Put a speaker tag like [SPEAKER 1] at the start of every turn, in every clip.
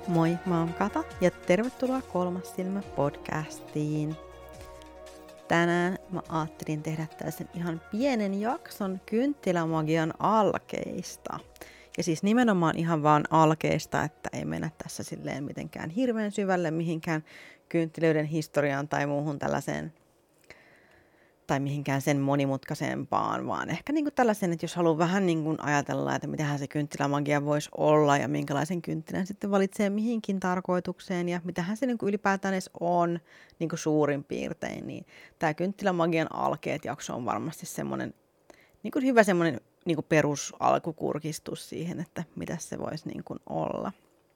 [SPEAKER 1] Moi, mä oon Kata ja tervetuloa Kolmas silmä podcastiin. Tänään mä ajattelin tehdä tällaisen ihan pienen jakson kynttilämagian alkeista. Ja siis nimenomaan ihan vaan alkeista, että ei mennä tässä silleen mitenkään hirveän syvälle mihinkään kynttilöiden historiaan tai muuhun tällaiseen tai mihinkään sen monimutkaisempaan, vaan ehkä niin kuin tällaisen, että jos haluaa vähän niin kuin ajatella, että mitähän se kynttilämagia voisi olla ja minkälaisen kynttilän sitten valitsee mihinkin tarkoitukseen ja mitähän se niin kuin ylipäätään edes on niin kuin suurin piirtein, niin tämä kynttilämagian alkeet jakso on varmasti semmoinen niin kuin hyvä semmoinen niin kuin perusalkukurkistus siihen, että mitä se voisi niin kuin olla.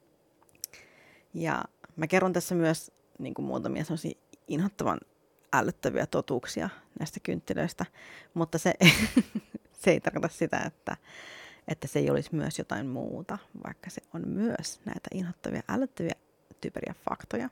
[SPEAKER 1] Ja mä kerron tässä myös niin kuin muutamia sellaisia inhottavan älyttäviä totuuksia näistä kynttilöistä, mutta se ei tarkoita sitä, että se ei olisi myös jotain muuta, vaikka se on myös näitä inhottavia, älyttäviä, typeriä faktoja.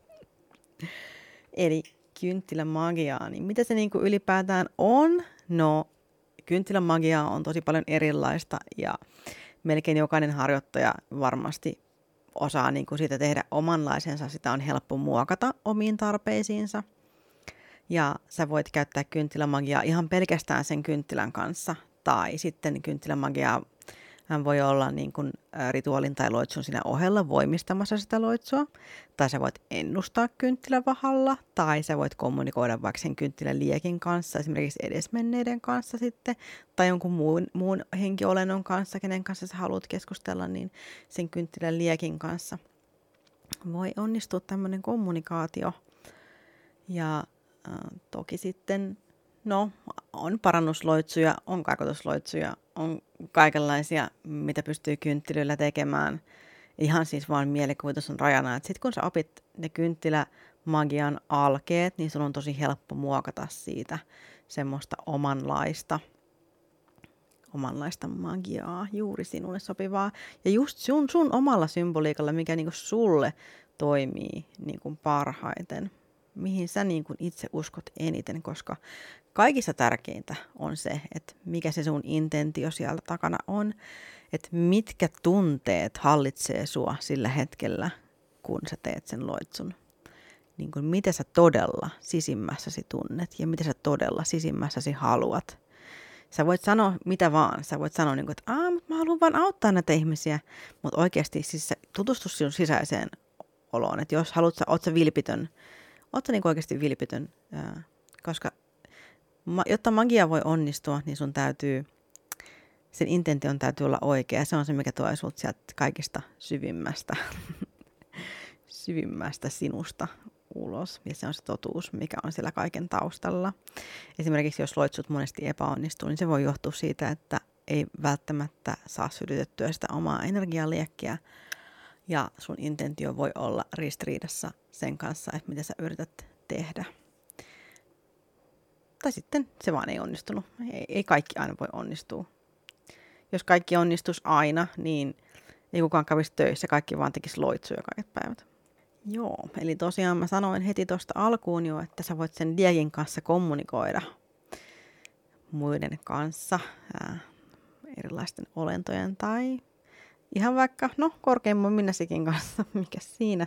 [SPEAKER 1] Eli kynttilämagiaa, niin mitä se niinku ylipäätään on? No, kynttilämagiaa on tosi paljon erilaista ja melkein jokainen harjoittaja varmasti osaa niinku siitä tehdä omanlaisensa. Sitä on helppo muokata omiin tarpeisiinsa. Ja sä voit käyttää kynttilämagiaa ihan pelkästään sen kynttilän kanssa. Tai sitten kynttilämagiaa voi olla niin kuin rituaalin tai loitsun siinä ohella voimistamassa sitä loitsua. Tai sä voit ennustaa kynttilävahalla. Tai sä voit kommunikoida vaikka sen kynttilän liekin kanssa, esimerkiksi edesmenneiden kanssa sitten. Tai jonkun muun henkiolennon kanssa, kenen kanssa sä haluat keskustella, niin sen kynttilän liekin kanssa voi onnistua tämmöinen kommunikaatio. Ja toki sitten, on parannusloitsuja, on karkotusloitsuja, on kaikenlaisia, mitä pystyy kynttilöillä tekemään. Ihan siis vaan mielikuvitus on rajana. Sitten kun sä opit ne kynttilämagian alkeet, niin sun on tosi helppo muokata siitä semmoista omanlaista magiaa, juuri sinulle sopivaa. Ja just sun omalla symboliikalla, mikä niinku sulle toimii niinku parhaiten. Mihin sä niin kuin itse uskot eniten, koska kaikista tärkeintä on se, että mikä se sun intentio siellä takana on, että mitkä tunteet hallitsee sua sillä hetkellä, kun sä teet sen loitsun. Niin kuin mitä sä todella sisimmässäsi tunnet ja mitä sä todella sisimmässäsi haluat. Sä voit sanoa mitä vaan. Sä voit sanoa, että mä haluan vaan auttaa näitä ihmisiä, mutta oikeasti siis tutustu sinun sisäiseen oloon, että jos haluat, oot sä vilpitön, ootko niin oikeasti vilpitön, koska jotta magia voi onnistua, niin sen intention täytyy olla oikea. Se on se, mikä tuo sinut sieltä kaikista syvimmästä sinusta ulos. Ja se on se totuus, mikä on siellä kaiken taustalla. Esimerkiksi jos loitsut monesti epäonnistuu, niin se voi johtua siitä, että ei välttämättä saa sytytettyä sitä omaa energialiekkiä. Ja sun intentio voi olla ristiriidassa sen kanssa, että mitä sä yrität tehdä. Tai sitten se vaan ei onnistunut. Ei kaikki aina voi onnistua. Jos kaikki onnistuisi aina, niin ei kukaan kävisi töissä. Kaikki vaan tekisi loitsuja kaiket päivät. Joo, eli tosiaan mä sanoin heti tuosta alkuun jo, että sä voit sen liekin kanssa kommunikoida muiden kanssa, erilaisten olentojen tai ihan vaikka, korkeimman minäsikin kanssa, mikä siinä.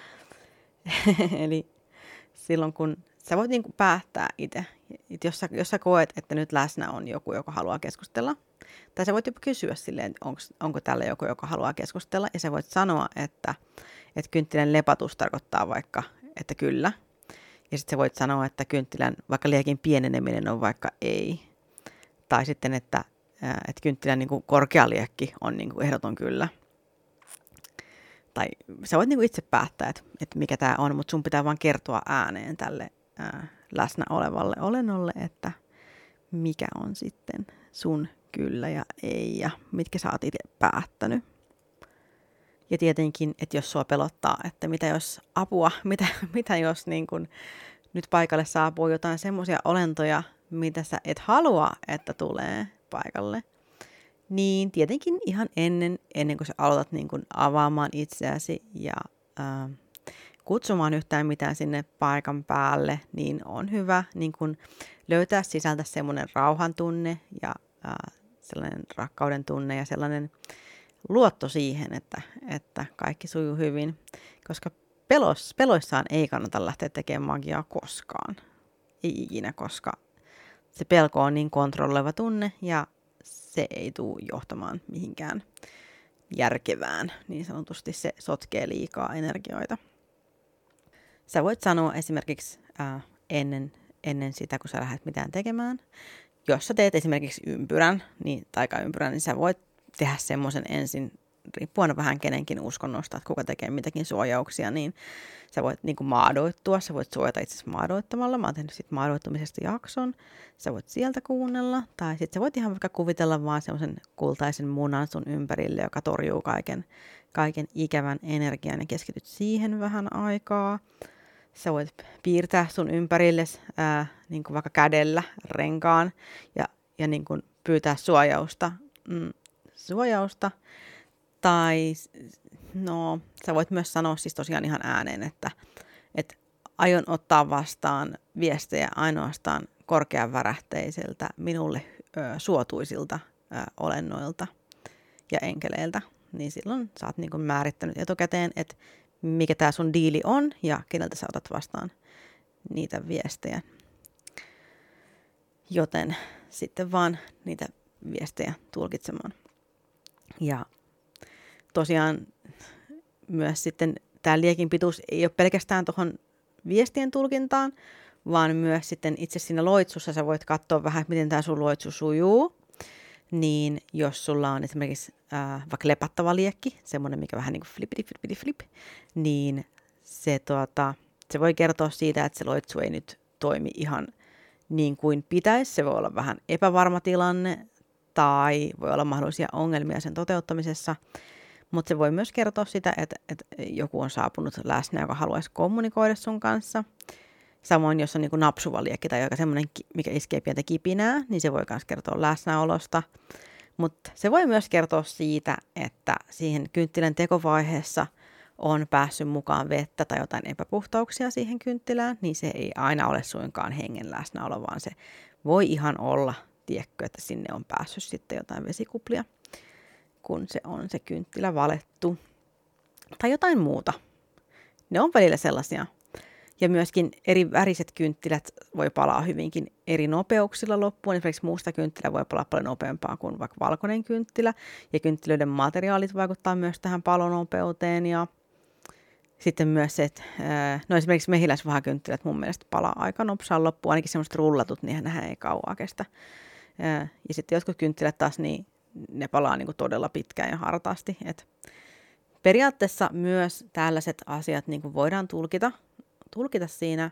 [SPEAKER 1] Eli silloin kun sä voit niinku päättää itse, jos sä koet, että nyt läsnä on joku, joka haluaa keskustella, tai sä voit jopa kysyä silleen, että onko tällä joku, joka haluaa keskustella, ja sä voit sanoa, että kynttilän lepatus tarkoittaa vaikka, että kyllä, ja sitten sä voit sanoa, että kynttilän vaikka liekin pieneneminen on vaikka ei, tai sitten, että kynttilän niinku korkea liekki on niinku ehdoton kyllä. Tai sä voit niinku itse päättää, että mikä tämä on, mutta sun pitää vaan kertoa ääneen tälle läsnä olevalle olennolle, että mikä on sitten sun kyllä ja ei ja mitkä sä oot itse päättänyt. Ja tietenkin, että jos sua pelottaa, että mitä jos apua, mitä jos niin kun nyt paikalle saapuu jotain semmoisia olentoja, mitä sä et halua, että tulee paikalle, niin tietenkin ihan ennen kuin sä aloitat niin kuin avaamaan itseäsi ja kutsumaan yhtään mitään sinne paikan päälle, niin on hyvä niin kuin löytää sisältä semmoinen rauhan tunne ja sellainen rakkauden tunne ja sellainen luotto siihen, että kaikki sujuu hyvin, koska peloissaan ei kannata lähteä tekemään magiaa koskaan. Ei ikinä, koska se pelko on niin kontrolloiva tunne ja se ei tule johtamaan mihinkään järkevään. Niin sanotusti se sotkee liikaa energioita. Sä voit sanoa esimerkiksi ennen sitä, kun sä lähdet mitään tekemään, jos sä teet esimerkiksi ympyrän, taikaympyrän, niin sä voit tehdä semmoisen ensin, riippuen vähän kenenkin uskonnosta, että kuka tekee mitäkin suojauksia, niin sä voit niin kuin maadoittua, sä voit suojata itse asiassa maadoittamalla. Mä oon tehnyt sit maadoittumisesta jakson, sä voit sieltä kuunnella, tai sitten sä voit ihan vaikka kuvitella vaan semmoisen kultaisen munan sun ympärille, joka torjuu kaiken ikävän energian ja keskityt siihen vähän aikaa. Sä voit piirtää sun ympärille niin kuin vaikka kädellä renkaan ja niin kuin pyytää suojausta. Tai no, sä voit myös sanoa siis tosiaan ihan ääneen, että aion ottaa vastaan viestejä ainoastaan korkeavärähteisiltä, minulle suotuisilta olennoilta ja enkeleiltä. Niin silloin sä oot niin kuin määrittänyt etukäteen, että mikä tää sun diili on ja keneltä sä otat vastaan niitä viestejä. Joten sitten vaan niitä viestejä tulkitsemaan. Ja tosiaan myös sitten tämä liekin pituus ei ole pelkästään tuohon viestien tulkintaan, vaan myös sitten itse siinä loitsussa sä voit katsoa vähän, että miten tämä sun loitsu sujuu. Niin jos sulla on esimerkiksi vaikka lepattava liekki, semmoinen mikä vähän niin kuin flip, niin se voi kertoa siitä, että se loitsu ei nyt toimi ihan niin kuin pitäisi. Se voi olla vähän epävarma tilanne tai voi olla mahdollisia ongelmia sen toteuttamisessa. Mutta se voi myös kertoa sitä, että joku on saapunut läsnä, joka haluaisi kommunikoida sun kanssa. Samoin, jos on niin kuin napsuva liekki tai joka semmoinen, mikä iskee pientä kipinää, niin se voi myös kertoa läsnäolosta. Mutta se voi myös kertoa siitä, että siihen kynttilän tekovaiheessa on päässyt mukaan vettä tai jotain epäpuhtauksia siihen kynttilään, niin se ei aina ole suinkaan hengen läsnäolo, vaan se voi ihan olla, tiedätkö, että sinne on päässyt sitten jotain vesikuplia, kun se on se kynttilä valettu. Tai jotain muuta. Ne on välillä sellaisia. Ja myöskin eri väriset kynttilät voi palaa hyvinkin eri nopeuksilla loppuun. Esimerkiksi musta kynttilä voi palaa paljon nopeampaa kuin vaikka valkoinen kynttilä. Ja kynttilöiden materiaalit vaikuttaa myös tähän palonopeuteen. Ja sitten myös se, että esimerkiksi mehiläisvahakynttilät mun mielestä palaa aika nopsaan loppuun. Ainakin semmoiset rullatut, niin nehän ei kauaa kestä. Ja sitten jotkut kynttilät taas, niin ne palaa niin kuin todella pitkään ja hartaasti. Et periaatteessa myös tällaiset asiat niin kuin voidaan tulkita siinä,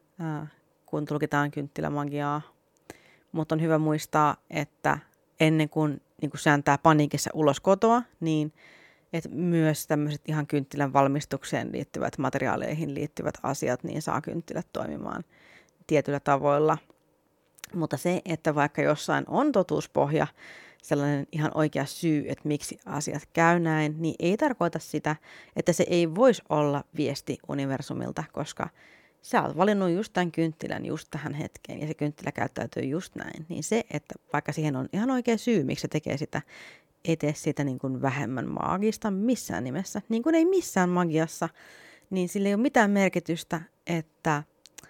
[SPEAKER 1] kun tulkitaan kynttilämagiaa. Mutta on hyvä muistaa, että ennen kuin sääntää paniikissa ulos kotoa, niin että myös tämmöiset ihan kynttilän valmistukseen liittyvät, materiaaleihin liittyvät asiat, niin saa kynttilät toimimaan tietyillä tavoilla. Mutta se, että vaikka jossain on totuuspohja, sellainen ihan oikea syy, että miksi asiat käy näin, niin ei tarkoita sitä, että se ei voisi olla viesti universumilta, koska sä oot valinnut just tämän kynttilän just tähän hetkeen ja se kynttilä käyttäytyy just näin. Niin se, että vaikka siihen on ihan oikea syy, miksi se tekee sitä, ei tee sitä niin kuin vähemmän maagista missään nimessä, niin kuin ei missään magiassa, niin sillä ei ole mitään merkitystä, että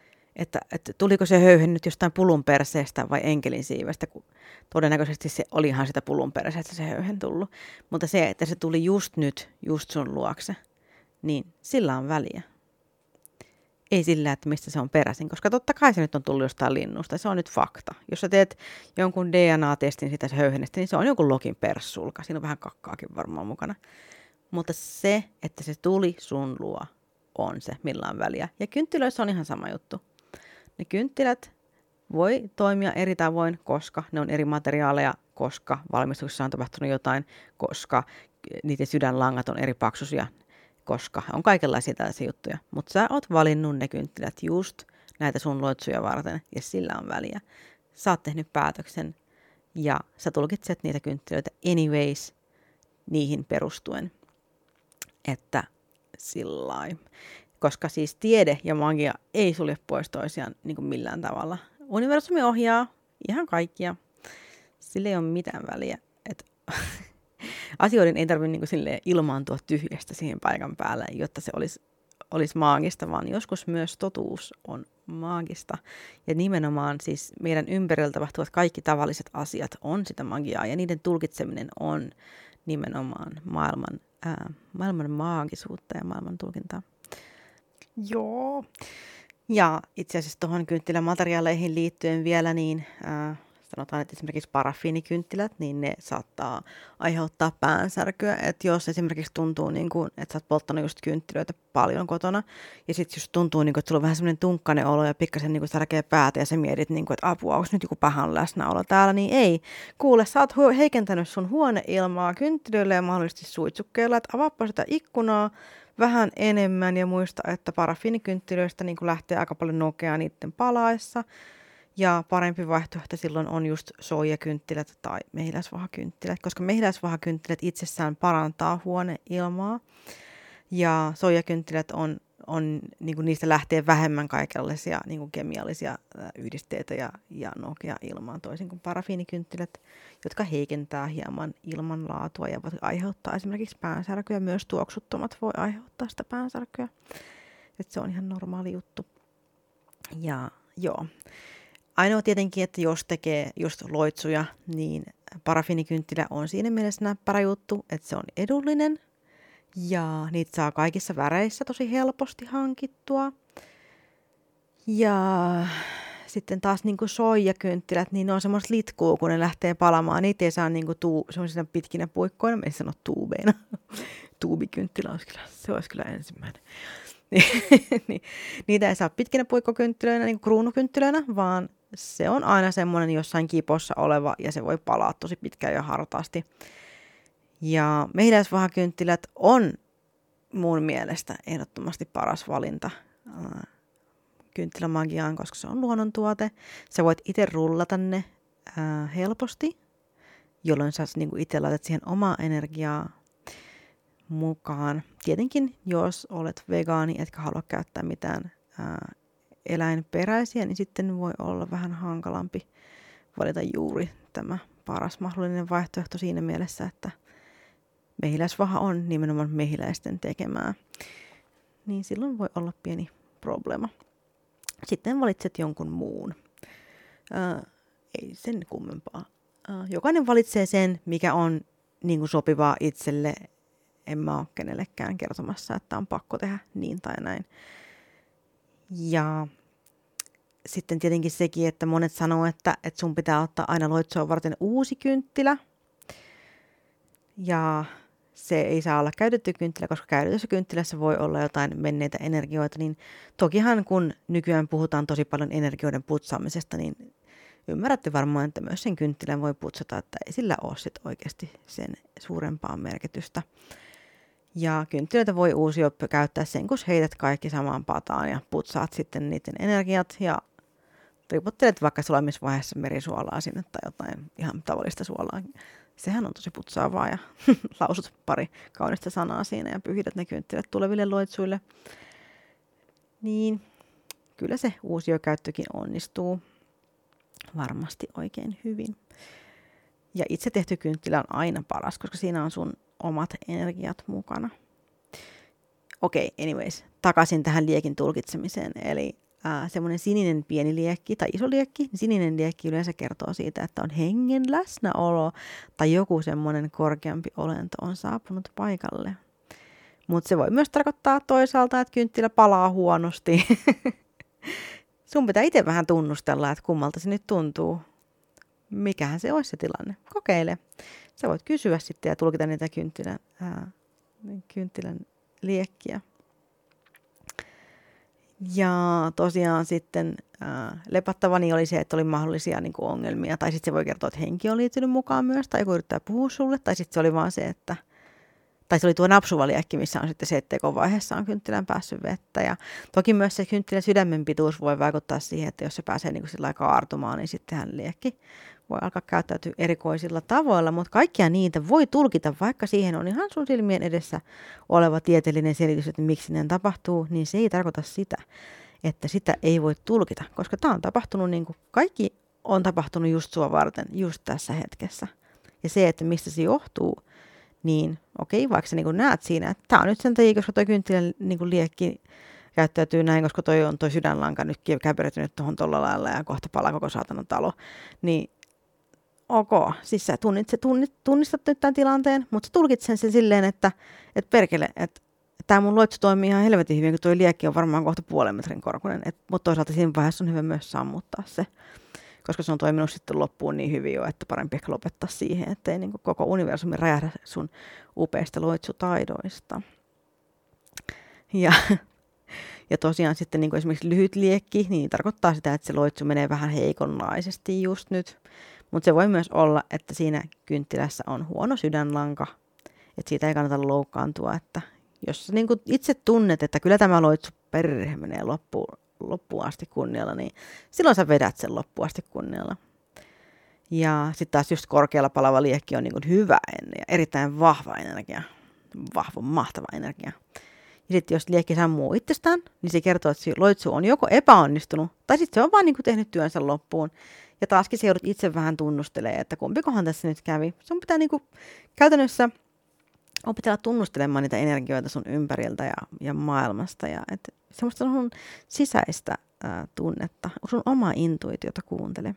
[SPEAKER 1] tuliko se höyhen nyt jostain pulunperseestä vai enkelin siivestä, kun todennäköisesti se oli ihan sitä pulunperseestä se höyhen tullut. Mutta se, että se tuli just nyt, just sun luokse, niin sillä on väliä. Ei sillä, että mistä se on peräisin, koska totta kai se nyt on tullut jostain linnusta, se on nyt fakta. Jos sä teet jonkun DNA-testin sitä höyhenestä, niin se on jonkun lokin perssulka, siinä on vähän kakkaakin varmaan mukana. Mutta se, että se tuli sun luo, on se, millä on väliä. Ja kynttilöissä on ihan sama juttu. Ne kynttilät voi toimia eri tavoin, koska ne on eri materiaaleja, koska valmistuksessa on tapahtunut jotain, koska niiden sydänlangat on eri paksuisia, koska on kaikenlaisia tällaisia juttuja. Mutta sä oot valinnut ne kynttilät just näitä sun loitsuja varten, ja sillä on väliä. Sä oot tehnyt päätöksen, ja sä tulkitset niitä kynttilöitä anyways niihin perustuen. Että sillai. Koska siis tiede ja magia ei sulje pois toisiaan niin kuin millään tavalla. Universumi ohjaa ihan kaikkia. Sillä ei ole mitään väliä, että asioiden ei tarvitse niin kuin ilmaantua tyhjästä siihen paikan päälle, jotta se olisi maagista, vaan joskus myös totuus on maagista. Ja nimenomaan siis meidän ympärillä tapahtuvat kaikki tavalliset asiat on sitä magiaa, ja niiden tulkitseminen on nimenomaan maailman maagisuutta ja maailman tulkintaa. Joo. Ja itse asiassa tuohon kynttilämateriaaleihin liittyen vielä, niin sanotaan, että esimerkiksi parafiinikynttilät, niin ne saattaa aiheuttaa päänsärkyä. Että jos esimerkiksi tuntuu, niin kuin, että sä oot polttanut just kynttilöitä paljon kotona, ja sitten just tuntuu, niin kuin, että sulla on vähän semmoinen tunkkainen olo ja pikkasen niin särkee päätä, ja sä mietit, niin kuin, että apua, onko nyt joku pahan läsnäolo täällä, niin ei. Kuule, sä oot heikentänyt sun huoneilmaa kynttilöillä ja mahdollisesti suitsukkeilla, että avaappa sitä ikkunaa vähän enemmän ja muista, että parafiinikynttilöistä niin lähtee aika paljon nokeaa niiden palaessa. Ja parempi vaihtoehto silloin on just soijakynttilät tai mehiläisvahakynttilät, koska mehiläisvahakynttilät itsessään parantaa huoneilmaa. Ja soijakynttilät on niin kuin niistä lähtee vähemmän kaikenlaisia niin kuin kemiallisia yhdisteitä ja nokea ilmaan, toisin kuin parafiinikynttilät, jotka heikentää hieman ilmanlaatua ja voi aiheuttaa esimerkiksi päänsärkyä. Myös tuoksuttomat voi aiheuttaa sitä päänsärkyä. Että se on ihan normaali juttu. Ja joo. Ainoa tietenkin, että jos tekee just loitsuja, niin parafiinikynttilä on siinä mielessä näppärä juttu, että se on edullinen. Ja niitä saa kaikissa väreissä tosi helposti hankittua. Ja sitten taas niinku soijakynttilät, niin ne on semmoista litkuu, kun ne lähtee palamaan. Niitä ei saa niinku semmoisina pitkinä puikkoina, en sano tuubeina. Tuubikynttilä se olisi kyllä ensimmäinen. Niitä ei saa pitkinä puikkokynttilöinä, niin kuin kruunukynttilöinä, vaan se on aina semmoinen jossain kipossa oleva ja se voi palaa tosi pitkään ja hartaasti. Ja mehiläisvahakynttilät on mun mielestä ehdottomasti paras valinta kynttilämagiaan, koska se on luonnontuote. Sä voit itse rullata ne helposti, jolloin sä niinku itse laitat siihen omaa energiaa mukaan. Tietenkin, jos olet vegaani, etkä halua käyttää mitään eläinperäisiä, niin sitten voi olla vähän hankalampi valita juuri tämä paras mahdollinen vaihtoehto siinä mielessä, että mehiläisvaha on nimenomaan mehiläisten tekemää. Niin silloin voi olla pieni probleema. Sitten valitset jonkun muun. Ei sen kummempaa. Jokainen valitsee sen, mikä on niin kuin sopivaa itselle. En mä ole kenellekään kertomassa, että on pakko tehdä niin tai näin. Ja sitten tietenkin sekin, että monet sanoo, että sun pitää ottaa aina loitsua varten uusi kynttilä. Ja se ei saa olla käytetty kynttilä, koska käytetyssä kynttilässä voi olla jotain menneitä energioita. Niin tokihan kun nykyään puhutaan tosi paljon energioiden putsaamisesta, niin ymmärrätte varmaan, että myös sen kynttilän voi putsata, että ei sillä ole sit oikeasti sen suurempaa merkitystä. Ja kynttilöitä voi uusia käyttää sen, kun heität kaikki samaan pataan ja putsaat sitten niiden energiat ja ripottelet vaikka sulamisvaiheessa merisuolaa sinne tai jotain ihan tavallista suolaa. Sehän on tosi putsaavaa ja lausut pari kaunista sanaa siinä ja pyhität ne kynttilät tuleville loitsuille. Niin kyllä se uusiokäyttökin onnistuu varmasti oikein hyvin. Ja itse tehty kynttilä on aina paras, koska siinä on sun omat energiat mukana. Okei, anyways, takaisin tähän liekin tulkitsemiseen. Eli semmoinen sininen pieni liekki tai iso liekki, niin sininen liekki yleensä kertoo siitä, että on hengen läsnäolo tai joku semmoinen korkeampi olento on saapunut paikalle. Mutta se voi myös tarkoittaa toisaalta, että kynttilä palaa huonosti. Sun pitää itse vähän tunnustella, että kummalta se nyt tuntuu. Mikähän se olisi se tilanne. Kokeile. Sä voit kysyä sitten ja tulkita niitä kynttilän liekkiä. Ja tosiaan sitten lepattavani oli se, että oli mahdollisia niin kuin ongelmia. Tai sitten se voi kertoa, että henki on liittynyt mukaan myös. Tai joku yrittää puhua sulle. Tai sitten se oli vaan se, että tai se oli tuo napsuvaliekki, missä on sitten se, että tekovaiheessa on kynttilän päässyt vettä. Ja toki myös se kynttilän sydämen pituus voi vaikuttaa siihen, että jos se pääsee niin kuin sillä kaartumaan, niin sittenhän liekki voi alkaa käyttäytyä erikoisilla tavoilla. Mutta kaikkia niitä voi tulkita, vaikka siihen on ihan sun silmien edessä oleva tieteellinen selitys, että miksi ne tapahtuu, niin se ei tarkoita sitä, että sitä ei voi tulkita. Koska tämä on tapahtunut, niin kuin kaikki on tapahtunut just sua varten, just tässä hetkessä. Ja se, että mistä se johtuu, niin okei, vaikka sä niin näet siinä, että tämä on nyt sen takia, koska toi kynttilän niin liekki käyttäytyy näin, koska toi sydänlanka nyt käpertynyt tuohon tolla lailla ja kohta palaa koko saatanan talo, niin ok, siis sä tunnistat nyt tämän tilanteen, mutta sä tulkitset sen silleen, että perkele, että tämä mun loitsu toimii ihan helvetin hyvin, kun tuo liekki on varmaan kohta 0,5 metrin korkuinen, mutta toisaalta siinä vaiheessa on hyvä myös sammuttaa se, koska se on toiminut sitten loppuun niin hyvin jo, että parempi ehkä lopettaa siihen, ettei niin kuin koko universumi räjähdä sun upeista loitsutaidoista. Ja tosiaan sitten niin kuin esimerkiksi lyhyt liekki, niin tarkoittaa sitä, että se loitsu menee vähän heikonlaisesti just nyt. Mutta se voi myös olla, että siinä kynttilässä on huono sydänlanka, että siitä ei kannata loukkaantua, että jos sä niin kuin itse tunnet, että kyllä tämä loitsu perhe menee loppuun asti kunnialla, niin silloin sä vedät sen loppuun asti kunnialla. Ja sitten taas just korkealla palava liekki on niin kuin hyvä ja erittäin vahva energia, mahtava energia. Ja sitten jos liekki sammuu itsestään, niin se kertoo, että se loitsu on joko epäonnistunut, tai sitten se on vaan niin kuin tehnyt työnsä loppuun. Ja taaskin se joudut itse vähän tunnustelemaan, että kumpikohan tässä nyt kävi. Sun pitää niin kuin käytännössä opetella tunnustelemaan niitä energioita sun ympäriltä ja maailmasta. Ja että semmoista sun sisäistä tunnetta, sun omaa intuitiota kuuntele.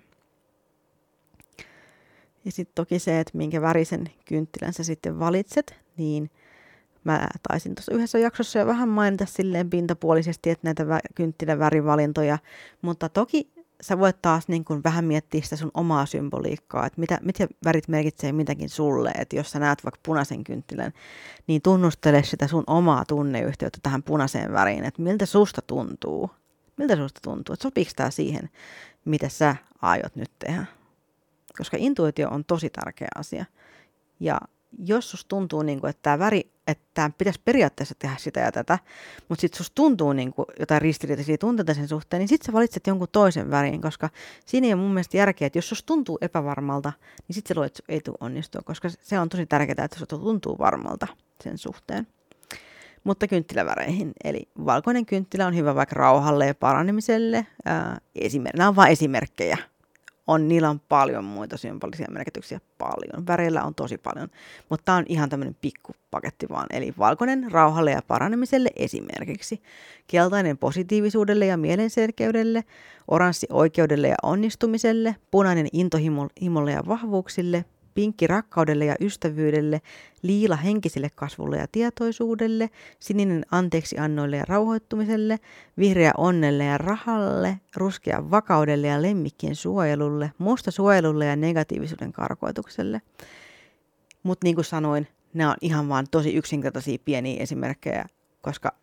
[SPEAKER 1] Ja sitten toki se, että minkä värisen kynttilän sä sitten valitset, niin mä taisin tuossa yhdessä jaksossa jo vähän mainita silleen pintapuolisesti, että näitä kynttilän värivalintoja, mutta toki sä voit taas niin kuin vähän miettiä sitä sun omaa symboliikkaa, että mitä värit merkitsee mitäkin sulle, että jos sä näet vaikka punaisen kynttilän, niin tunnustele sitä sun omaa tunneyhteyttä tähän punaiseen väriin, että miltä susta tuntuu, että sopiiko tää siihen, mitä sä aiot nyt tehdä, koska intuitio on tosi tärkeä asia, ja jos susta tuntuu, niin kuin, että tämä väri, että tämä pitäisi periaatteessa tehdä sitä ja tätä, mutta sitten susta tuntuu niin kuin jotain ristiriitaisia tunteita sen suhteen, niin sitten sä valitset jonkun toisen värin, koska siinä ei ole mun mielestä järkeä, että jos susta tuntuu epävarmalta, niin sitten se loitsu ei tule onnistua, koska se on tosi tärkeää, että susta tuntuu varmalta sen suhteen. Mutta kynttiläväreihin, eli valkoinen kynttilä on hyvä vaikka rauhalle ja paranemiselle, nämä on vain esimerkkejä. Niillä on paljon muita symbolisia merkityksiä, paljon. Väreillä on tosi paljon, mutta tämä on ihan tämmöinen pikkupaketti vaan. Eli valkoinen rauhalle ja paranemiselle esimerkiksi, keltainen positiivisuudelle ja mielenselkeydelle, oranssi oikeudelle ja onnistumiselle, punainen intohimolle ja vahvuuksille, pinkki rakkaudelle ja ystävyydelle, liila henkiselle kasvulle ja tietoisuudelle, sininen anteeksiannoille ja rauhoittumiselle, vihreä onnelle ja rahalle, ruskea vakaudelle ja lemmikkien suojelulle, musta suojelulle ja negatiivisuuden karkoitukselle. Mutta niin kuin sanoin, nämä on ihan vaan tosi yksinkertaisia pieniä esimerkkejä, koska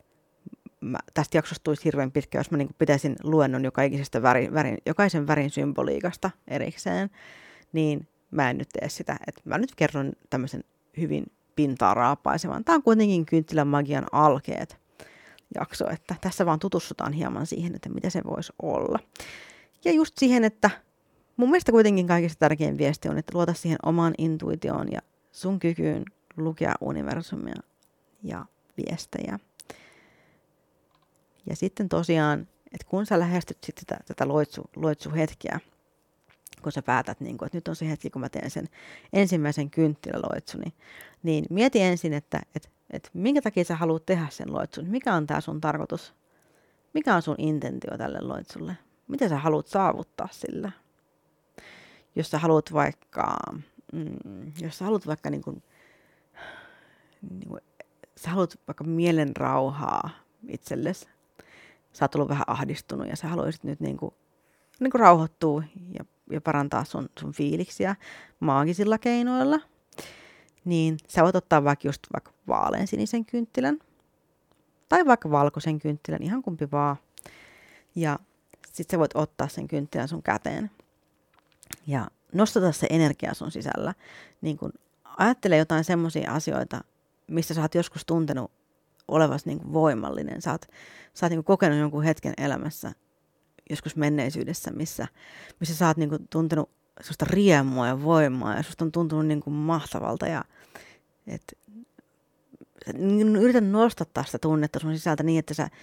[SPEAKER 1] tästä jaksosta tulisi hirveän pitkä, jos mä niin kuin pitäisin luennon jokaisen värin symboliikasta erikseen, niin mä en nyt tee sitä, että mä nyt kerron tämmöisen hyvin pintaa raapaisevan. Tämä on kuitenkin kynttilän magian alkeet jakso, että tässä vaan tutustutaan hieman siihen, että mitä se voisi olla. Ja just siihen, että mun mielestä kuitenkin kaikista tärkein viesti on, että luota siihen omaan intuitioon ja sun kykyyn lukea universumia ja viestejä. Ja sitten tosiaan, että kun sä lähestyt sitten tätä loitsuhetkeä, kun sä päätät, että nyt on se hetki, kun mä teen sen ensimmäisen kynttiläloitsuni, niin mieti ensin, että minkä takia sä haluat tehdä sen loitsun. Mikä on tää sun tarkoitus? Mikä on sun intentio tälle loitsulle? Mitä sä haluat saavuttaa sillä? Jos sä haluat vaikka sä haluat vaikka mielen rauhaa itsellesi, sä oot ollut vähän ahdistunut ja sä haluaisit nyt rauhoittua ja parantaa sun fiiliksiä maagisilla keinoilla, niin sä voit ottaa vaikka vaaleansinisen kynttilän tai vaikka valkoisen kynttilän, ihan kumpi vaan. Ja sit sä voit ottaa sen kynttilän sun käteen ja nostata se energia sun sisällä. Niin kun ajattele jotain semmoisia asioita, mistä sä oot joskus tuntenut olevasi voimallinen. Sä oot kokenut jonkun hetken elämässä, joskus menneisyydessä, missä sä oot tuntenut sellaista riemua ja voimaa ja susta on tuntunut mahtavalta ja yritä nostattaa sitä tunnetta sun sisältä niin, että sä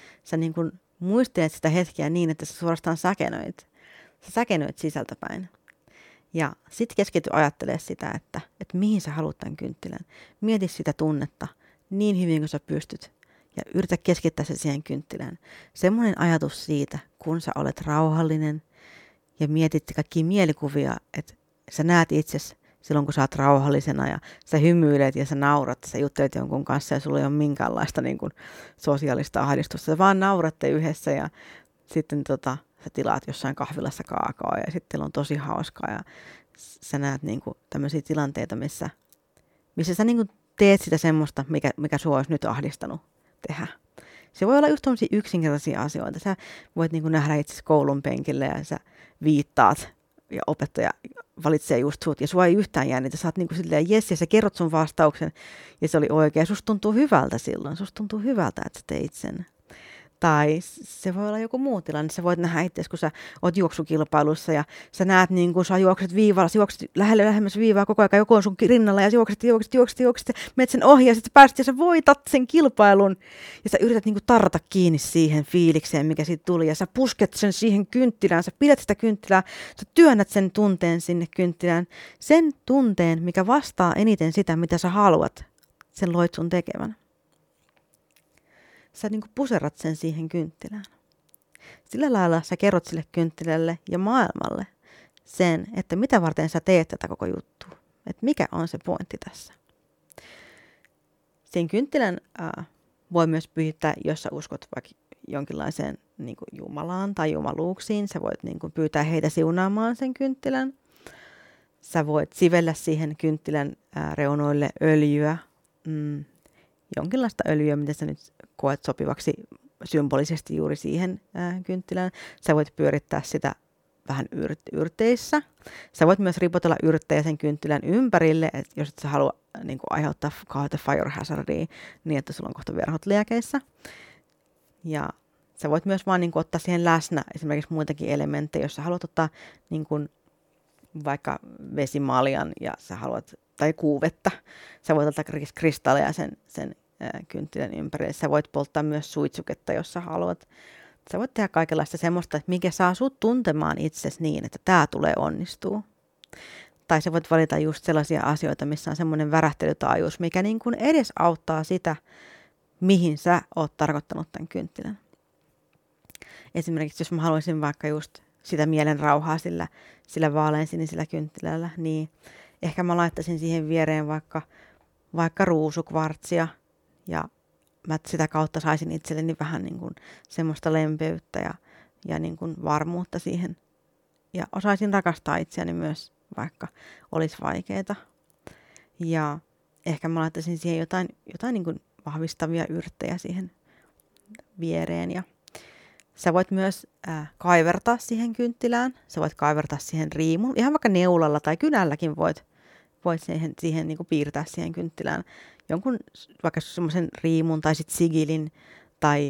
[SPEAKER 1] muistelet sitä hetkeä niin, että sä suorastaan säkenöit sisältäpäin. Ja sitten keskity ajattelemaan sitä, että mihin sä haluat tämän kynttilän. Mieti sitä tunnetta niin hyvin kuin sä pystyt ja yritä keskittää se siihen kynttilään. Semmoinen ajatus siitä, kun sä olet rauhallinen ja mietit kaikkia mielikuvia, että sä näet itsesi silloin, kun sä oot rauhallisena ja sä hymyilet ja sä naurat, sä juttelet jonkun kanssa ja sulla ei ole minkäänlaista niin kuin sosiaalista ahdistusta. Sä vaan nauratte yhdessä ja sitten sä tilaat jossain kahvilassa kaakaoa ja sitten on tosi hauskaa ja sä näet niin kuin tämmöisiä tilanteita, missä sä niin kuin teet sitä semmoista, mikä sua olisi nyt ahdistanut tehdä. Se voi olla just tämmöisiä yksinkertaisia asioita. Sä voit niin kuin nähdä itse koulun penkille ja sä viittaat ja opettaja valitsee just sut ja sua ei yhtään jännitä. Sä oot niin kuin silleen jes ja sä kerrot sun vastauksen ja se oli oikein. Susta tuntuu hyvältä silloin. Susta tuntuu hyvältä, että sä teit sen. Tai se voi olla joku muu tilanne. Sä voit nähdä itse, kun sä oot juoksukilpailussa ja sä näet, niin kun sä juokset viivalla, sä juokset lähemmäs viivaa koko ajan, joku on sun rinnalla ja sä juokset, menet sen ohi ja sitten pääset ja sä voitat sen kilpailun. Ja sä yrität niin kuin tarrata kiinni siihen fiilikseen, mikä siitä tuli ja sä pusket sen siihen kynttilään, sä pidät sitä kynttilää, sä työnnät sen tunteen sinne kynttilään. Sen tunteen, mikä vastaa eniten sitä, mitä sä haluat, sen loit sun tekevän. Sä niin kuin puserrat sen siihen kynttilään. Sillä lailla sä kerrot sille kynttilälle ja maailmalle sen, että mitä varten sä teet tätä koko juttua. Että mikä on se pointti tässä. Sen kynttilän voi myös pyytää, jos sä uskot vaikka jonkinlaiseen niin kuin Jumalaan tai jumaluuksiin. Sä voit niin kuin pyytää heitä siunaamaan sen kynttilän. Sä voit sivellä siihen kynttilän reunoille öljyä. Jonkinlaista öljyä, mitä sä nyt koet sopivaksi symbolisesti juuri siihen kynttilään. Sä voit pyörittää sitä vähän yrteissä. Sä voit myös ripotella yrttejä sen kynttilän ympärille, että jos et sä halua niin kuin aiheuttaa kauheita fire hazardia, niin että sulla on kohta verhot liekeissä. Ja sä voit myös vaan niin kuin ottaa siihen läsnä esimerkiksi muitakin elementtejä, jos sä haluat ottaa niin kuin vaikka vesimaljan ja sä haluat, tai kuuvetta. Sä voit ottaa kristalleja sen kynttilän ympärille. Sä voit polttaa myös suitsuketta, jos sä haluat. Sä voit tehdä kaikenlaista semmoista, mikä saa sut tuntemaan itsesi niin, että tää tulee onnistua. Tai sä voit valita just sellaisia asioita, missä on semmoinen värähtelytaajuus, mikä niin kuin edes auttaa sitä, mihin sä oot tarkoittanut tämän kynttilän. Esimerkiksi jos mä haluaisin vaikka just sitä mielen rauhaa sillä vaaleansinisellä kynttilällä, niin ehkä mä laittaisin siihen viereen vaikka ruusukvartsia ja mä sitä kautta saisin itselleni vähän niin kuin semmoista lempeyttä ja niin kuin varmuutta siihen. Ja osaisin rakastaa itseäni myös, vaikka olisi vaikeaa. Ja ehkä mä laittaisin siihen jotain niin kuin vahvistavia yrttejä siihen viereen. Ja sä voit myös kaivertaa siihen kynttilään. Sä voit kaivertaa siihen riimun. Ihan vaikka neulalla tai kynälläkin voit siihen niin kuin piirtää siihen kynttilään jonkun vaikka semmoisen riimun tai sitten sigilin. Tai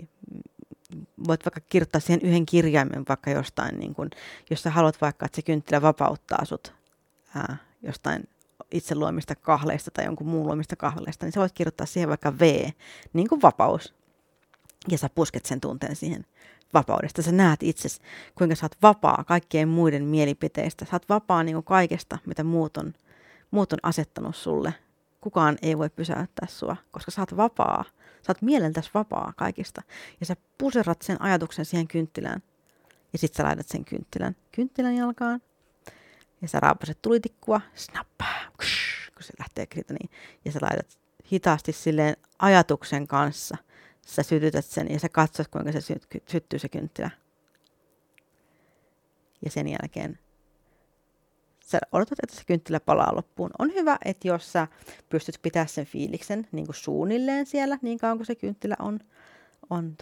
[SPEAKER 1] voit vaikka kirjoittaa siihen yhden kirjaimen vaikka jostain, niin kuin, jos sä haluat vaikka, että se kynttilä vapauttaa sut jostain itse luomista kahleista tai jonkun muun luomista kahleista, niin sä voit kirjoittaa siihen vaikka V, niin kuin vapaus. Ja sä pusket sen tunteen siihen vapaudesta. Sä näet itsesi, kuinka sä oot vapaa kaikkien muiden mielipiteistä. Sä oot vapaa niin kuin kaikesta, mitä muut on asettanut sulle. Kukaan ei voi pysäyttää sua, koska sä oot vapaa. Sä oot mieleltäsi vapaa kaikista. Ja sä puserrat sen ajatuksen siihen kynttilään. Ja sit sä laitat sen kynttilän jalkaan. Ja sä raapaset tulitikkua, snappaa, kun se lähtee niin. Ja sä laitat hitaasti silleen ajatuksen kanssa. Sä sytytät sen ja sä katsot, kuinka se syttyy se kynttilä. Ja sen jälkeen sä odotat, että se kynttilä palaa loppuun. On hyvä, että jos sä pystyt pitämään sen fiiliksen niin kuin suunnilleen siellä, niin kauan kuin se kynttilä on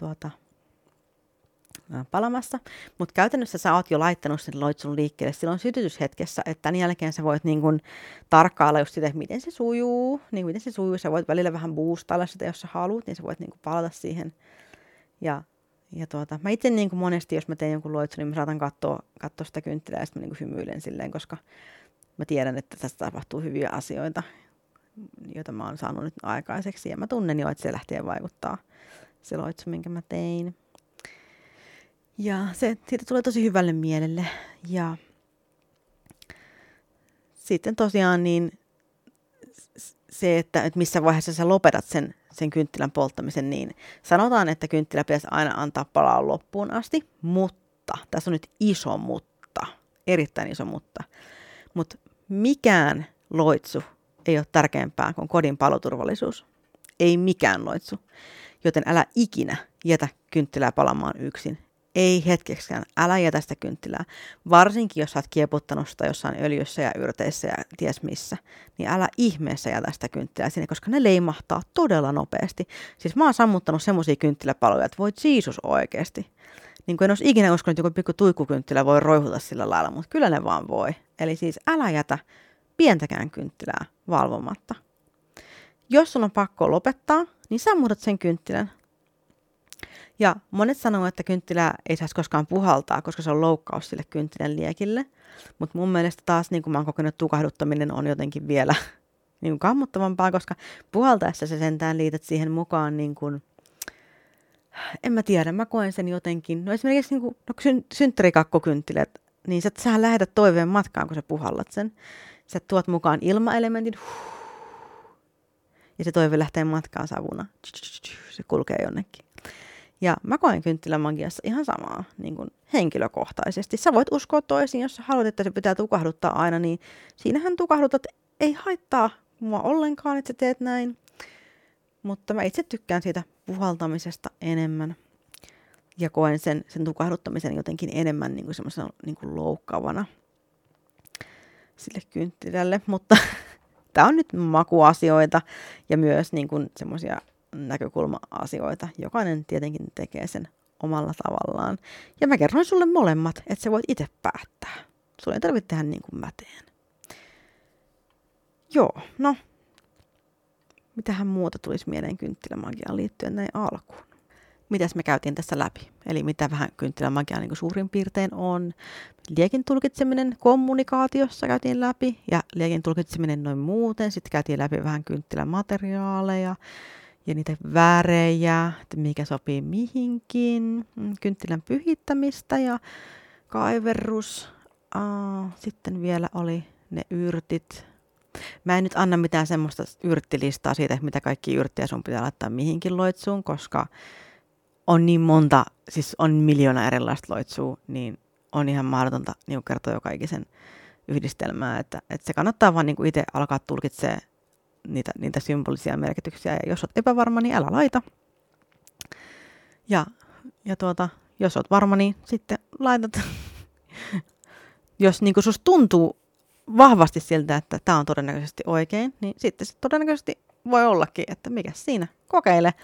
[SPEAKER 1] palamassa. Mutta käytännössä sä oot jo laittanut sen loitsun liikkeelle silloin sytytyshetkessä, että tämän jälkeen sä voit niin kun tarkkailla just sitä, että miten se sujuu. Niin miten se sujuu, sä voit välillä vähän boostailla sitä, jos sä haluat, niin sä voit niin kun palata siihen. Ja mä itse niin kun monesti, jos mä teen jonkun loitsun, niin mä saatan katsoa sitä kynttilää ja sitten mä niin kun hymyilen silleen, koska mä tiedän, että tästä tapahtuu hyviä asioita, joita mä oon saanut nyt aikaiseksi. Ja mä tunnen jo, että se lähtee vaikuttaa se loitsu, minkä mä tein. Ja siitä tulee tosi hyvälle mielelle. Ja sitten tosiaan niin se, että missä vaiheessa sä lopetat sen kynttilän polttamisen, niin sanotaan, että kynttilä pitäisi aina antaa palaa loppuun asti, mutta, tässä on nyt iso mutta, erittäin iso mutta mikään loitsu ei ole tärkeämpää kuin kodin paloturvallisuus. Ei mikään loitsu. Joten älä ikinä jätä kynttilää palamaan yksin. Ei hetkeksikään. Älä jätä sitä kynttilää. Varsinkin, jos olet kieputtanut sitä jossain öljyssä ja yrteissä ja ties missä, niin älä ihmeessä jätä sitä kynttilää sinne, koska ne leimahtaa todella nopeasti. Siis mä oon sammuttanut semmosia kynttiläpaloja, että voi Jeesus oikeesti. Niin kuin en olisi ikinä uskonut, että joku pikku tuikkukynttilä voi roihuta sillä lailla, mutta kyllä ne vaan voi. Eli siis älä jätä pientäkään kynttilää valvomatta. Jos sun on pakko lopettaa, niin sammutat sen kynttilän. Ja monet sanoo, että kynttilää ei saisi koskaan puhaltaa, koska se on loukkaus sille kynttilän liekille. Mutta mun mielestä taas, niin kuin mä oon kokenut, tukahduttaminen on jotenkin vielä niin kuin kammottavampaa, koska puhaltaessa sä sentään liität siihen mukaan, niin kuin, en mä tiedä, mä koen sen jotenkin. No esimerkiksi niin kuin, synttärikakkokynttilät, niin sähän lähetät toiveen matkaan, kun sä puhallat sen. Sä tuot mukaan ilmaelementin, ja se toive lähtee matkaan savuna. Se kulkee jonnekin. Ja mä koen kynttilämagiassa ihan samaa niin kuin henkilökohtaisesti. Sä voit uskoa toisiin, jos sä haluat, että se pitää tukahduttaa aina, niin siinähän tukahdutat. Ei haittaa mua ollenkaan, että sä teet näin. Mutta mä itse tykkään siitä puhaltamisesta enemmän. Ja koen sen tukahduttamisen jotenkin enemmän niin kuin semmoisena niin kuin loukkaavana sille kynttilälle. Mutta tää on nyt makuasioita ja myös niin kuin semmoisia näkökulma-asioita. Jokainen tietenkin tekee sen omalla tavallaan. Ja mä kerroin sulle molemmat, että sä voit itse päättää. Sulla ei tarvitse tehdä niin kuin mä teen. Joo, no. Mitähän muuta tulisi mieleen kynttilämagiaan liittyen näin alkuun? Mitäs me käytiin tässä läpi? Eli mitä vähän kynttilämagia niin kuin suurin piirtein on. Liekin tulkitseminen kommunikaatiossa käytiin läpi ja liekin tulkitseminen noin muuten. Sitten käytiin läpi vähän kynttilämateriaaleja ja niitä värejä, että mikä sopii mihinkin. Kynttilän pyhittämistä ja kaiverrus. Sitten vielä oli ne yrtit. Mä en nyt anna mitään semmoista yrttilistaa siitä, mitä kaikki yrttejä sun pitää laittaa mihinkin loitsuun, koska on niin monta, siis on miljoona erilaista loitsua, niin on ihan mahdotonta niin kertoa joka ikisen yhdistelmää, että se kannattaa vaan niin itse alkaa tulkitsemaan niitä symbolisia merkityksiä, ja jos oot epävarma, niin älä laita. Ja jos oot varma, niin sitten laitat. Jos niin kuin susta tuntuu vahvasti siltä, että tämä on todennäköisesti oikein, niin sitten se todennäköisesti voi ollakin, että mikä siinä, kokeile.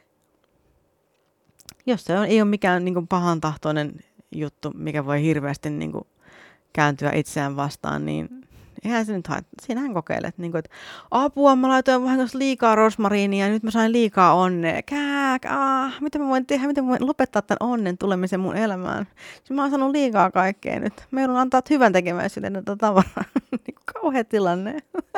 [SPEAKER 1] Jos se ei ole mikään niin kuin pahantahtoinen juttu, mikä voi hirveästi niin kuin kääntyä itseään vastaan, niin eihän se nyt haittaa. Siinähän kokeilet, niin kuin, että apua, mä laitoin vahingossa liikaa rosmariinia ja nyt mä sain liikaa onnea. Mitä mä voin tehdä? Miten mä voin lopettaa tämän onnen tulemisen mun elämään? Siis mä oon saanut liikaa kaikkea nyt. Mä joudun antaa hyvän tekeväisyyden tätä tavaraa. Kauhea tilanne.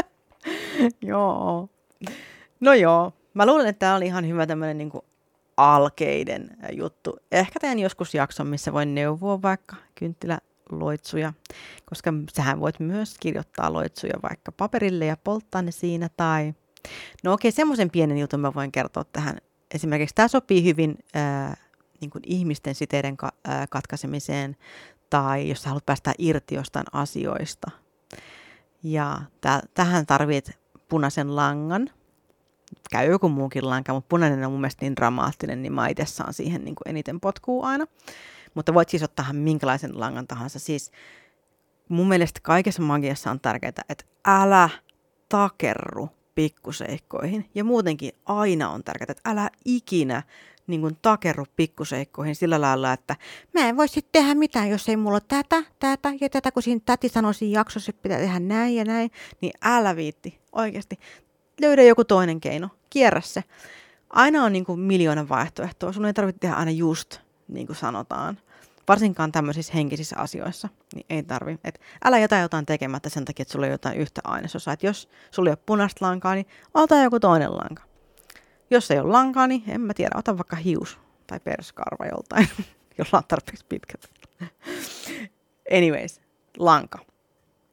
[SPEAKER 1] Joo. No joo. Mä luulen, että tää oli ihan hyvä tämmönen niin kuin alkeiden juttu. Ehkä teen joskus jakson, missä voin neuvoa vaikka kynttiläloitsuja, koska sähän voit myös kirjoittaa loitsuja vaikka paperille ja polttaa ne siinä tai... No okei, semmoisen pienen jutun mä voin kertoa tähän. Esimerkiksi tämä sopii hyvin niin kuin ihmisten siteiden katkaisemiseen tai jos sä haluat päästä irti jostain asioista. Ja tähän tarvit punaisen langan. Käy joku muukin lanka, mutta punainen on mun mielestä niin dramaattinen, niin mä itse saan siihen niin kuin eniten potkua aina. Mutta voit siis ottaa minkälaisen langan tahansa. Siis mun mielestä kaikessa magiassa on tärkeää, että älä takerru pikkuseikkoihin. Ja muutenkin aina on tärkeää, että älä ikinä niin kuin takerru pikkuseikkoihin sillä lailla, että mä en voi sitten tehdä mitään, jos ei mulla ole tätä, kun siinä täti sanoi siinä jaksossa, että pitää tehdä näin ja näin, niin älä viitti oikeasti. Löydä joku toinen keino, kierrä se. Aina on niin kuin miljoona vaihtoehtoa, sun ei tarvitse tehdä aina just niin kuin sanotaan. Varsinkaan tämmöisissä henkisissä asioissa, niin ei tarvi. Et älä jätä jotain tekemättä sen takia, että sulla on jotain yhtä ainesosaa. Et jos sulla ei ole punaista lankaa, niin ota joku toinen lanka. Jos ei ole lankaa, niin en mä tiedä, ota vaikka hius tai perskarva joltain, jolla on tarpeeksi pitkät. Anyways, lanka.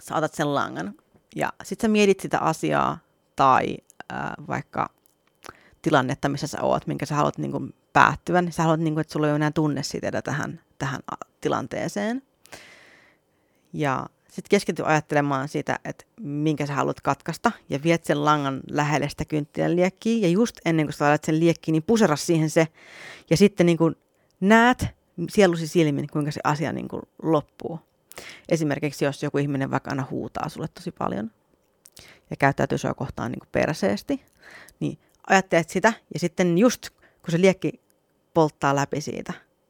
[SPEAKER 1] sä otat sen langan ja sit sä mietit sitä asiaa tai vaikka tilannetta, missä sä oot, minkä sä haluat niin kuin päättyvän. Sä haluat, niin kuin, että sulla ei ole enää tunnesiteitä tähän tilanteeseen. Ja sitten keskity ajattelemaan sitä, että minkä sä haluat katkaista ja viet sen langan lähelle sitä kynttilän liekkiä. Ja just ennen kuin sä laitat sen liekkiin, niin pusera siihen se. Ja sitten niin kuin näet sielusi silmin, kuinka se asia niin kuin loppuu. Esimerkiksi jos joku ihminen vaikka aina huutaa sulle tosi paljon ja käyttäytyy sua kohtaan niin kuin perseesti, niin ajattelet sitä ja sitten just kun se liekki polttaa läpi siitä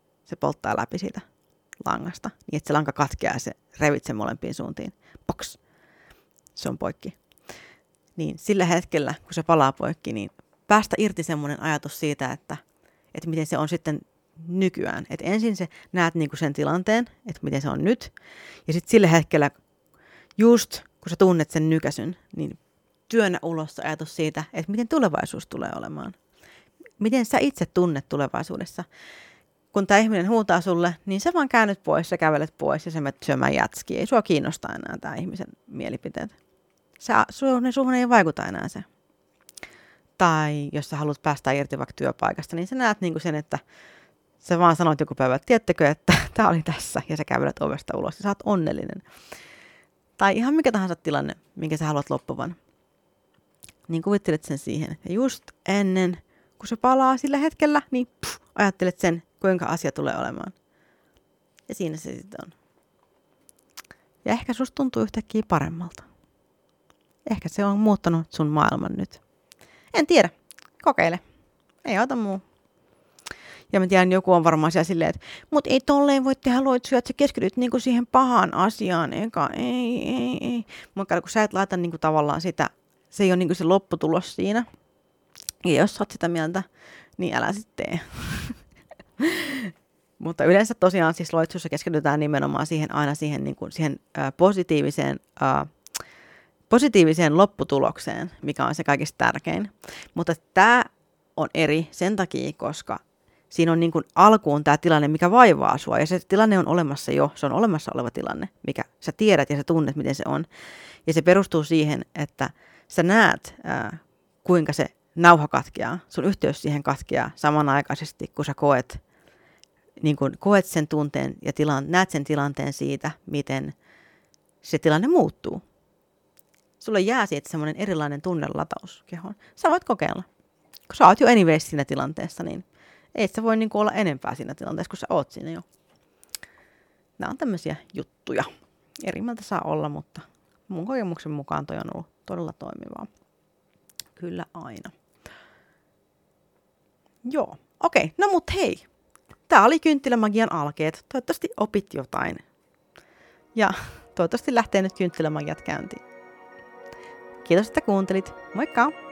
[SPEAKER 1] langasta, niin että se lanka katkeaa ja se revit sen molempiin suuntiin. Boks! Se on poikki. Niin sillä hetkellä, kun se palaa poikki, niin päästä irti semmoinen ajatus siitä, että miten se on sitten nykyään. Että ensin se näet niinku sen tilanteen, että miten se on nyt. Ja sitten sillä hetkellä, just kun sä tunnet sen nykäsyn, niin työnnä ulos ajatus siitä, että miten tulevaisuus tulee olemaan. Miten sä itse tunnet tulevaisuudessa. Kun tämä ihminen huutaa sulle, niin sä vaan käännyt pois, sä kävelet pois ja sä menet syömään jätskiä. Ei sua kiinnosta enää tämä ihmisen mielipiteet. Suhun ei vaikuta enää se. Tai jos sä haluat päästä irti vaikka työpaikasta, niin sä näet niinku sen, että sä vaan sanoit joku päivä, että tiedättekö, että tää oli tässä ja sä kävelet ovesta ulos ja sä oot onnellinen. Tai ihan mikä tahansa tilanne, minkä sä haluat loppuvan. Niin kuvittelet sen siihen. Ja just ennen, kun se palaa sillä hetkellä, niin ajattelet sen, kuinka asia tulee olemaan. Ja siinä se sitten on. Ja ehkä susta tuntuu yhtäkkiä paremmalta. Ehkä se on muuttanut sun maailman nyt. En tiedä. Kokeile. Ei auta muu. Ja mä tiedän, joku on varmaan siellä silleen, että mut ei tolleen voi tehdä loitsuja, että sä keskityt niinku siihen pahaan asiaan. Eikä, ei. Mutta kun sä et laita niinku tavallaan sitä, se ei ole niinku se lopputulos siinä. Ja jos sä oot sitä mieltä, niin älä sitten tee. Mutta yleensä tosiaan siis loitsussa keskitytään nimenomaan siihen positiiviseen lopputulokseen, mikä on se kaikista tärkein. Mutta tämä on eri sen takia, koska siinä on niin kuin alkuun tämä tilanne, mikä vaivaa sua. Ja se tilanne on olemassa jo, se on olemassa oleva tilanne, mikä sä tiedät ja sä tunnet, miten se on. Ja se perustuu siihen, että sä näet, kuinka se nauha katkeaa, sun yhteys siihen katkeaa samanaikaisesti, kun sä koet sen tunteen ja näet sen tilanteen siitä, miten se tilanne muuttuu. Sulle jää siitä semmoinen erilainen tunnelataus kehoon. Sä voit kokeilla. Kun sä oot jo anyways siinä tilanteessa, niin ei sä voi olla enempää siinä tilanteessa, kun sä oot siinä jo. Nämä on tämmöisiä juttuja. Eri mieltä saa olla, mutta mun kokemuksen mukaan toi on ollut todella toimivaa. Kyllä aina. Joo, okei. No mut hei. Tää oli Kynttilämagian alkeet. Toivottavasti opit jotain. Ja toivottavasti lähtee nyt Kynttilämagiat käyntiin. Kiitos, että kuuntelit. Moikka!